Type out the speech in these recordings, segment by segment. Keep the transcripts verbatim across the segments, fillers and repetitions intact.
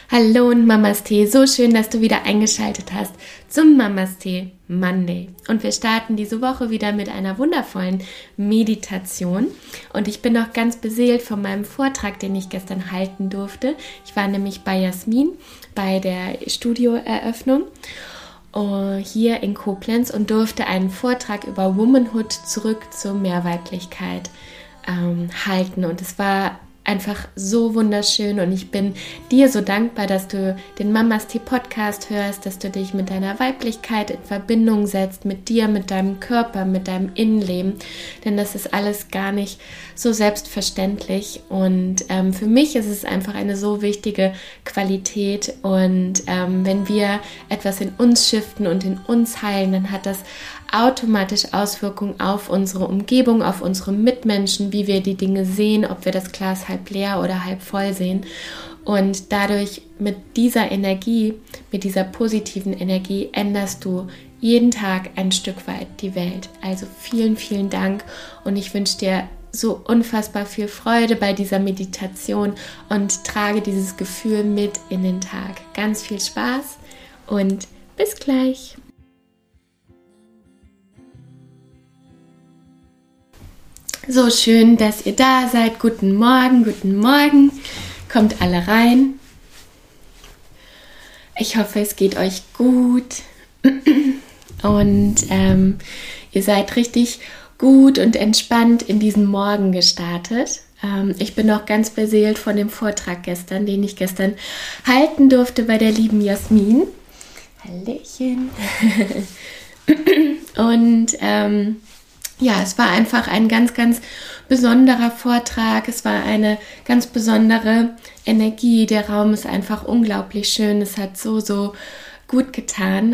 Hallo und Mamas Tee, so schön, dass du wieder eingeschaltet hast zum Mamas Tee Monday. Und wir starten diese Woche wieder mit einer wundervollen Meditation. Und ich bin noch ganz beseelt von meinem Vortrag, den ich gestern halten durfte. Ich war nämlich bei Jasmin bei der Studioeröffnung hier in Koblenz und durfte einen Vortrag über Womanhood zurück zur Mehrweiblichkeit ähm, halten. Und es war einfach so wunderschön und ich bin dir so dankbar, dass du den Mamas Tee Podcast hörst, dass du dich mit deiner Weiblichkeit in Verbindung setzt, mit dir, mit deinem Körper, mit deinem Innenleben, denn das ist alles gar nicht so selbstverständlich und ähm, für mich ist es einfach eine so wichtige Qualität und ähm, wenn wir etwas in uns shiften und in uns heilen, dann hat das automatisch Auswirkungen auf unsere Umgebung, auf unsere Mitmenschen, wie wir die Dinge sehen, ob wir das Glas halb leer oder halb voll sehen. Und dadurch mit dieser Energie, mit dieser positiven Energie änderst du jeden Tag ein Stück weit die Welt. Also vielen, vielen Dank und ich wünsche dir so unfassbar viel Freude bei dieser Meditation und trage dieses Gefühl mit in den Tag. Ganz viel Spaß und bis gleich. So schön, dass ihr da seid. Guten Morgen, guten Morgen. Kommt alle rein. Ich hoffe, es geht euch gut und ähm, ihr seid richtig gut und entspannt in diesen Morgen gestartet. Ähm, ich bin auch ganz beseelt von dem Vortrag gestern, den ich gestern halten durfte bei der lieben Jasmin. Hallöchen. und ähm, Ja, es war einfach ein ganz, ganz besonderer Vortrag. Es war eine ganz besondere Energie. Der Raum ist einfach unglaublich schön. Es hat so, so gut getan.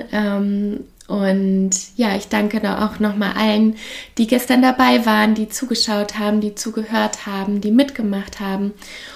Und ja, ich danke da auch nochmal allen, die gestern dabei waren, die zugeschaut haben, die zugehört haben, die mitgemacht haben.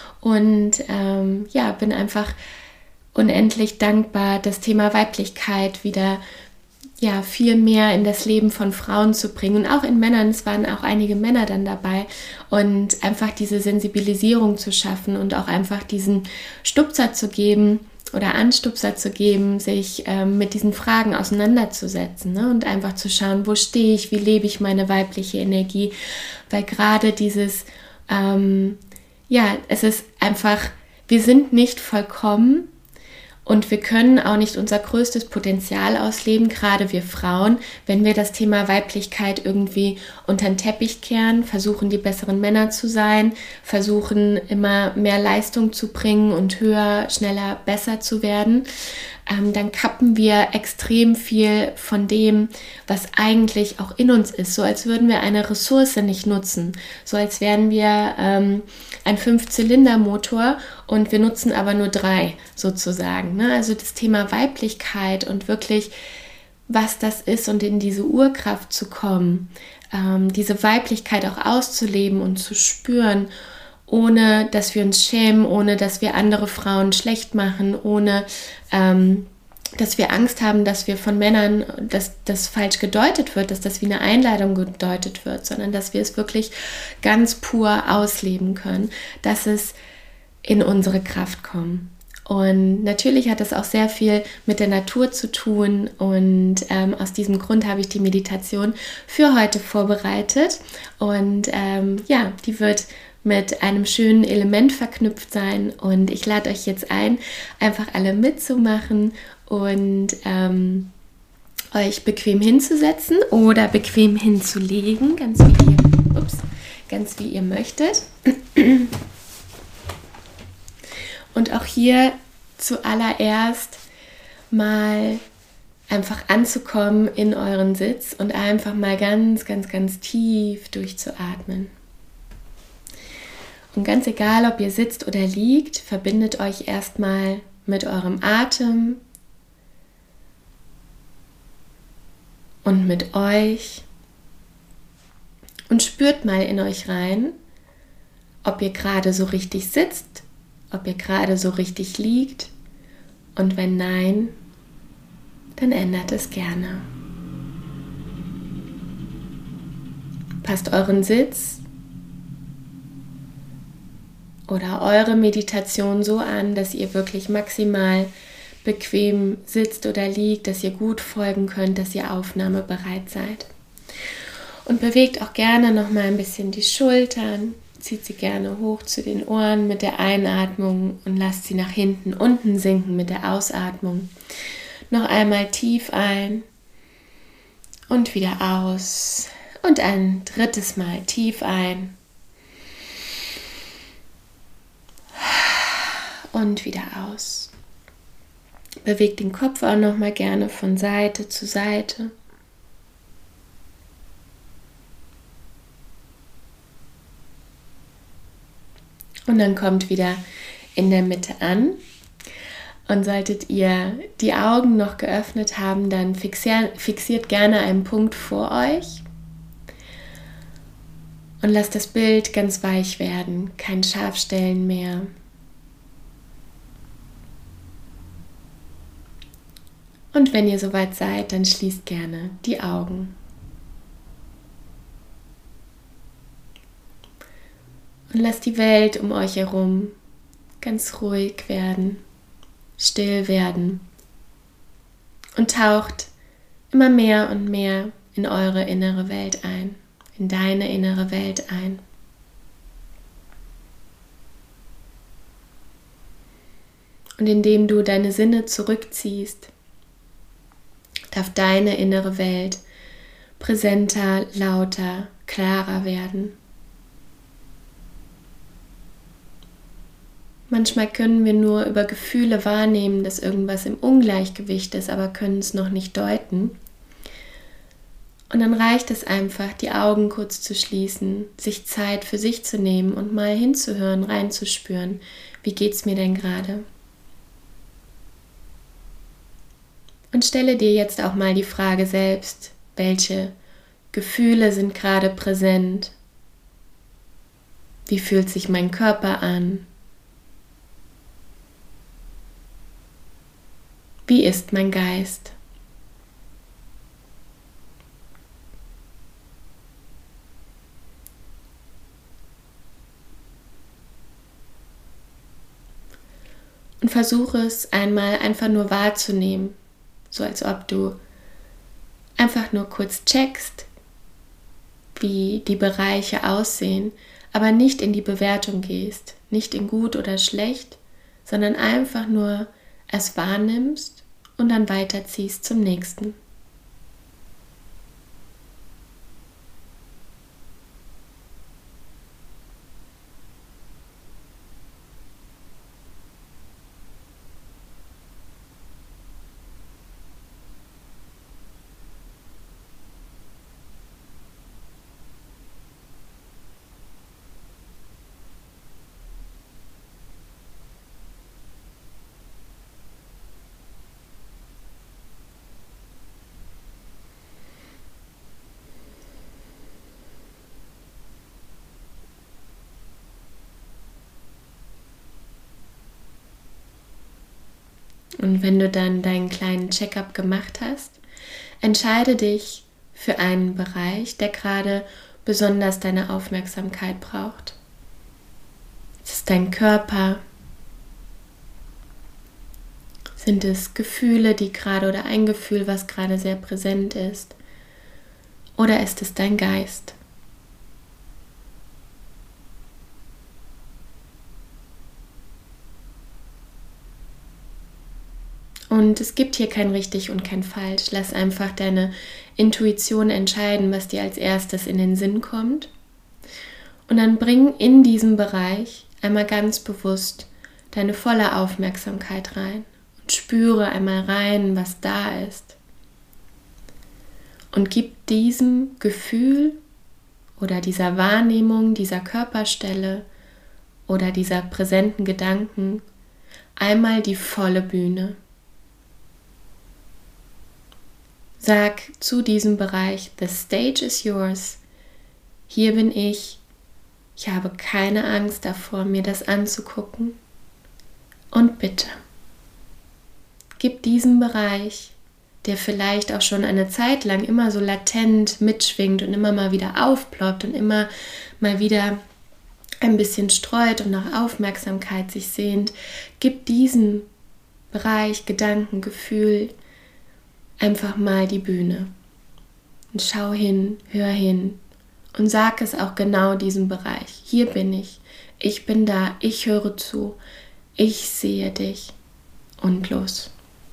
Und ähm, ja, bin einfach unendlich dankbar, das Thema Weiblichkeit wieder ja, viel mehr in das Leben von Frauen zu bringen und auch in Männern, es waren auch einige Männer dann dabei und einfach diese Sensibilisierung zu schaffen und auch einfach diesen Stupser zu geben oder Anstupser zu geben, sich ähm, mit diesen Fragen auseinanderzusetzen, ne? Und einfach zu schauen, wo stehe ich, wie lebe ich meine weibliche Energie, weil gerade dieses, ähm, ja, es ist einfach, wir sind nicht vollkommen. Und wir können auch nicht unser größtes Potenzial ausleben, gerade wir Frauen, wenn wir das Thema Weiblichkeit irgendwie unter den Teppich kehren, versuchen die besseren Männer zu sein, versuchen immer mehr Leistung zu bringen und höher, schneller, besser zu werden. Ähm, dann kappen wir extrem viel von dem, was eigentlich auch in uns ist. So als würden wir eine Ressource nicht nutzen. So als wären wir ähm, ein Fünf-Zylinder-Motor und wir nutzen aber nur drei sozusagen. Ne? Also das Thema Weiblichkeit und wirklich, was das ist und in diese Urkraft zu kommen, ähm, diese Weiblichkeit auch auszuleben und zu spüren, ohne dass wir uns schämen, ohne dass wir andere Frauen schlecht machen, ohne ähm, dass wir Angst haben, dass wir von Männern, dass das falsch gedeutet wird, dass das wie eine Einladung gedeutet wird, sondern dass wir es wirklich ganz pur ausleben können, dass es in unsere Kraft kommt. Und natürlich hat das auch sehr viel mit der Natur zu tun und ähm, aus diesem Grund habe ich die Meditation für heute vorbereitet und ähm, ja, die wird mit einem schönen Element verknüpft sein und ich lade euch jetzt ein, einfach alle mitzumachen und ähm, euch bequem hinzusetzen oder bequem hinzulegen, ganz wie ihr, ups, ganz wie ihr möchtet. Und auch hier zuallererst mal einfach anzukommen in euren Sitz und einfach mal ganz, ganz, ganz tief durchzuatmen. Und ganz egal, ob ihr sitzt oder liegt, verbindet euch erstmal mit eurem Atem und mit euch und spürt mal in euch rein, ob ihr gerade so richtig sitzt, ob ihr gerade so richtig liegt und wenn nein, dann ändert es gerne. Passt euren Sitz oder eure Meditation so an, dass ihr wirklich maximal bequem sitzt oder liegt, dass ihr gut folgen könnt, dass ihr aufnahmebereit seid. Und bewegt auch gerne noch mal ein bisschen die Schultern, zieht sie gerne hoch zu den Ohren mit der Einatmung und lasst sie nach hinten unten sinken mit der Ausatmung. Noch einmal tief ein und wieder aus und ein drittes Mal tief ein und wieder aus. Bewegt den Kopf auch noch mal gerne von Seite zu Seite. Und dann kommt wieder in der Mitte an. Und solltet ihr die Augen noch geöffnet haben, dann fixier, fixiert gerne einen Punkt vor euch. Und lasst das Bild ganz weich werden, kein Scharfstellen mehr. Und wenn ihr soweit seid, dann schließt gerne die Augen. Und lasst die Welt um euch herum ganz ruhig werden, still werden und taucht immer mehr und mehr in eure innere Welt ein, in deine innere Welt ein. Und indem du deine Sinne zurückziehst, darf deine innere Welt präsenter, lauter, klarer werden. Manchmal können wir nur über Gefühle wahrnehmen, dass irgendwas im Ungleichgewicht ist, aber können es noch nicht deuten. Und dann reicht es einfach, die Augen kurz zu schließen, sich Zeit für sich zu nehmen und mal hinzuhören, reinzuspüren. Wie geht's mir denn gerade? Und stelle dir jetzt auch mal die Frage selbst, welche Gefühle sind gerade präsent? Wie fühlt sich mein Körper an? Wie ist mein Geist? Und versuche es einmal einfach nur wahrzunehmen, so als ob du einfach nur kurz checkst, wie die Bereiche aussehen, aber nicht in die Bewertung gehst, nicht in gut oder schlecht, sondern einfach nur es wahrnimmst und dann weiterziehst zum nächsten. Und wenn du dann deinen kleinen Check-up gemacht hast, entscheide dich für einen Bereich, der gerade besonders deine Aufmerksamkeit braucht. Es ist dein Körper, sind es Gefühle, die gerade oder ein Gefühl, was gerade sehr präsent ist, oder ist es dein Geist? Und es gibt hier kein richtig und kein falsch. Lass einfach deine Intuition entscheiden, was dir als erstes in den Sinn kommt. Und dann bring in diesem Bereich einmal ganz bewusst deine volle Aufmerksamkeit rein. Und spüre einmal rein, was da ist. Und gib diesem Gefühl oder dieser Wahrnehmung, dieser Körperstelle oder dieser präsenten Gedanken einmal die volle Bühne. Sag zu diesem Bereich, the stage is yours. Hier bin ich. Ich habe keine Angst davor, mir das anzugucken. Und bitte, gib diesem Bereich, der vielleicht auch schon eine Zeit lang immer so latent mitschwingt und immer mal wieder aufploppt und immer mal wieder ein bisschen streut und nach Aufmerksamkeit sich sehnt, gib diesem Bereich Gedanken, Gefühl einfach mal die Bühne. Und schau hin, hör hin und sag es auch genau diesem Bereich. Hier bin ich, ich bin da, ich höre zu, ich sehe dich und los.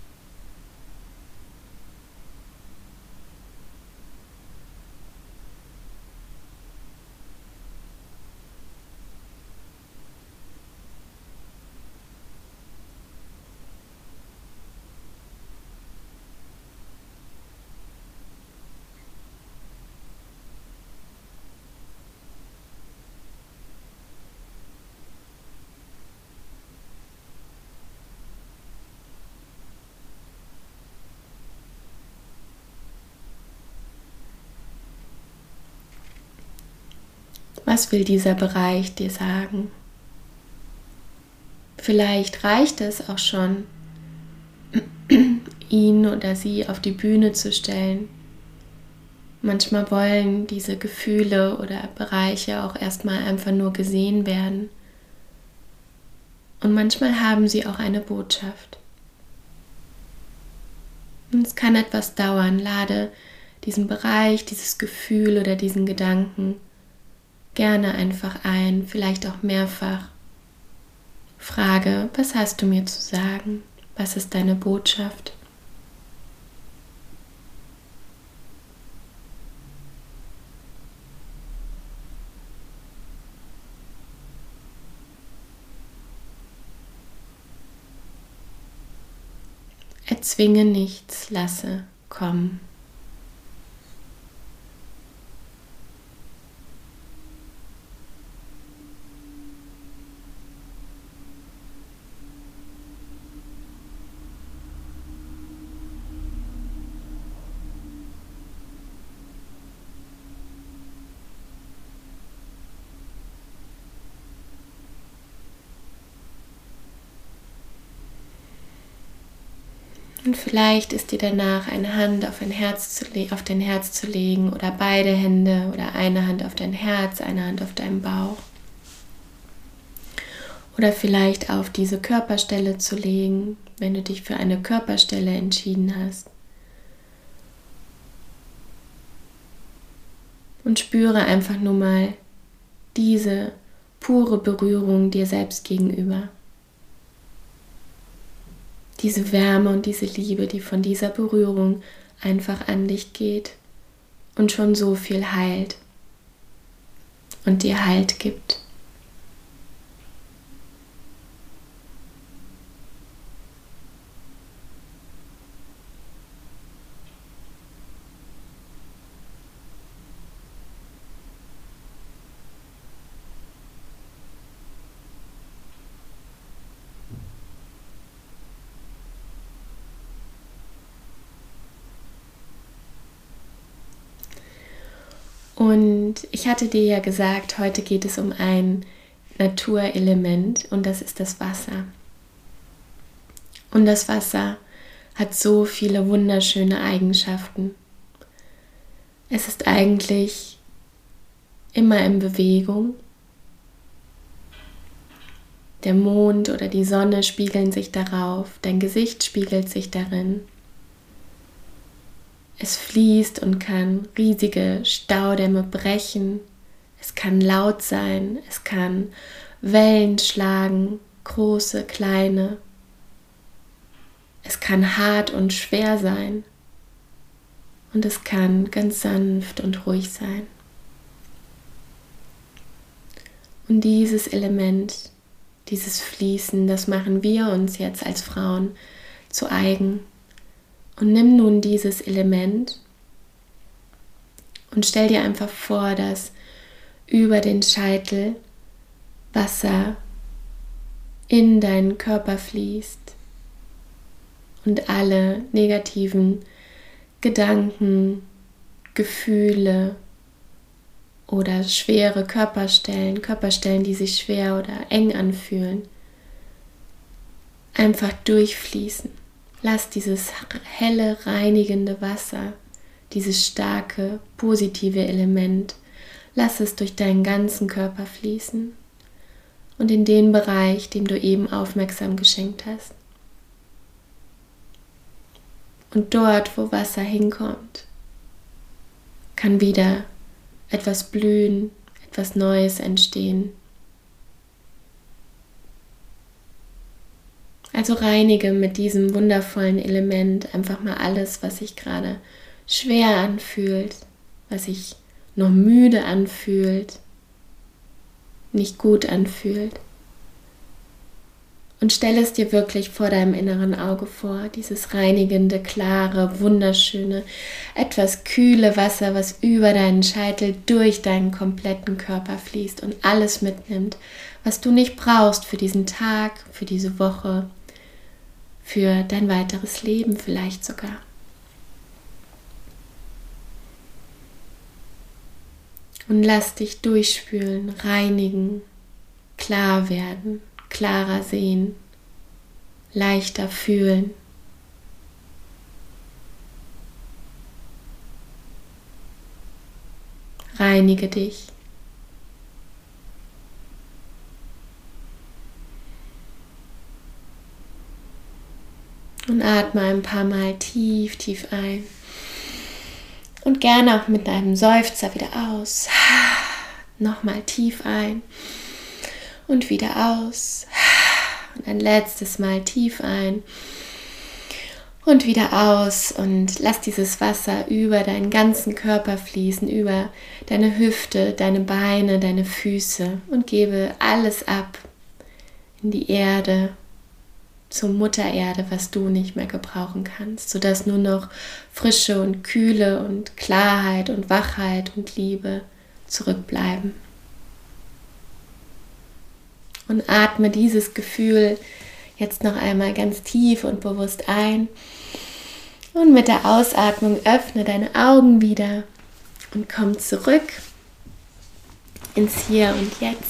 Was will dieser Bereich dir sagen? Vielleicht reicht es auch schon, ihn oder sie auf die Bühne zu stellen. Manchmal wollen diese Gefühle oder Bereiche auch erstmal einfach nur gesehen werden. Und manchmal haben sie auch eine Botschaft. Und es kann etwas dauern. Lade diesen Bereich, dieses Gefühl oder diesen Gedanken gerne einfach ein, vielleicht auch mehrfach. Frage, was hast du mir zu sagen? Was ist deine Botschaft? Erzwinge nichts, lasse kommen. Und vielleicht ist dir danach eine Hand auf, ein Herz zu le- auf dein Herz zu legen oder beide Hände oder eine Hand auf dein Herz, eine Hand auf deinen Bauch. Oder vielleicht auf diese Körperstelle zu legen, wenn du dich für eine Körperstelle entschieden hast. Und spüre einfach nur mal diese pure Berührung dir selbst gegenüber. Diese Wärme und diese Liebe, die von dieser Berührung einfach an dich geht und schon so viel heilt und dir Halt gibt. Und ich hatte dir ja gesagt, heute geht es um ein Naturelement und das ist das Wasser. Und das Wasser hat so viele wunderschöne Eigenschaften. Es ist eigentlich immer in Bewegung. Der Mond oder die Sonne spiegeln sich darauf, dein Gesicht spiegelt sich darin. Es fließt und kann riesige Staudämme brechen. Es kann laut sein, es kann Wellen schlagen, große, kleine. Es kann hart und schwer sein. Und es kann ganz sanft und ruhig sein. Und dieses Element, dieses Fließen, das machen wir uns jetzt als Frauen zu eigen. Und nimm nun dieses Element und stell dir einfach vor, dass über den Scheitel Wasser in deinen Körper fließt und alle negativen Gedanken, Gefühle oder schwere Körperstellen, Körperstellen, die sich schwer oder eng anfühlen, einfach durchfließen. Lass dieses helle, reinigende Wasser, dieses starke, positive Element, lass es durch deinen ganzen Körper fließen. und in den Bereich, dem du eben aufmerksam geschenkt hast. Und dort, wo Wasser hinkommt, kann wieder etwas blühen, etwas Neues entstehen. Also reinige mit diesem wundervollen Element einfach mal alles, was sich gerade schwer anfühlt, was sich noch müde anfühlt, nicht gut anfühlt. Und stell es dir wirklich vor deinem inneren Auge vor, dieses reinigende, klare, wunderschöne, etwas kühle Wasser, was über deinen Scheitel durch deinen kompletten Körper fließt und alles mitnimmt, was du nicht brauchst für diesen Tag, für diese Woche, für dein weiteres Leben vielleicht sogar. Und lass dich durchspülen, reinigen, klar werden, klarer sehen, leichter fühlen. Reinige dich. Und atme ein paar Mal tief, tief ein. Und gerne auch mit einem Seufzer wieder aus. Nochmal tief ein und wieder aus. Und ein letztes Mal tief ein und wieder aus. Und lass dieses Wasser über deinen ganzen Körper fließen, über deine Hüfte, deine Beine, deine Füße. Und gebe alles ab in die Erde, zur Mutter Erde, was du nicht mehr gebrauchen kannst, sodass nur noch Frische und Kühle und Klarheit und Wachheit und Liebe zurückbleiben. Und atme dieses Gefühl jetzt noch einmal ganz tief und bewusst ein. Und mit der Ausatmung öffne deine Augen wieder und komm zurück ins Hier und Jetzt.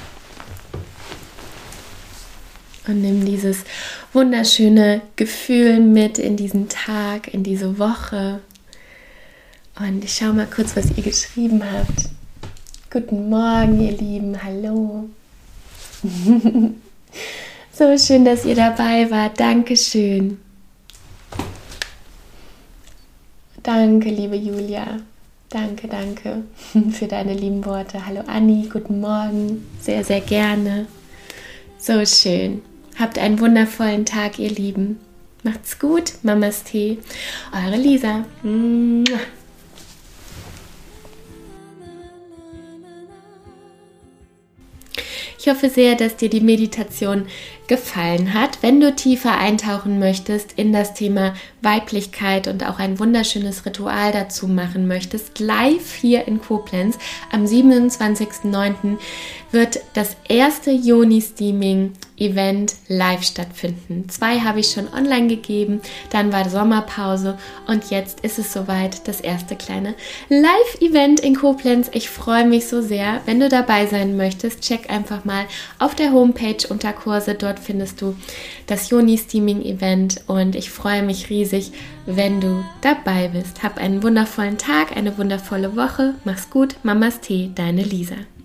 Und nimm dieses wunderschöne Gefühl mit in diesen Tag, in diese Woche. Und ich schaue mal kurz, was ihr geschrieben habt. Guten Morgen, ihr Lieben. Hallo. So schön, dass ihr dabei wart. Dankeschön. Danke, liebe Julia. Danke, danke für deine lieben Worte. Hallo Anni, guten Morgen. Sehr, sehr gerne. So schön. Habt einen wundervollen Tag, ihr Lieben. Macht's gut. Mamas Tee. Eure Lisa. Ich hoffe sehr, dass dir die Meditation gefallen hat. Wenn du tiefer eintauchen möchtest in das Thema Weiblichkeit und auch ein wunderschönes Ritual dazu machen möchtest, live hier in Koblenz am siebenundzwanzigsten neunten wird das erste Yoni-Steaming-Event live stattfinden. Zwei habe ich schon online gegeben, dann war Sommerpause und jetzt ist es soweit, das erste kleine Live-Event in Koblenz. Ich freue mich so sehr. Wenn du dabei sein möchtest, check einfach mal auf der Homepage unter Kurse. Dort findest du das Yoni-Steaming-Event und ich freue mich riesig, wenn du dabei bist. Hab einen wundervollen Tag, eine wundervolle Woche. Mach's gut. Mamas Tee, deine Lisa.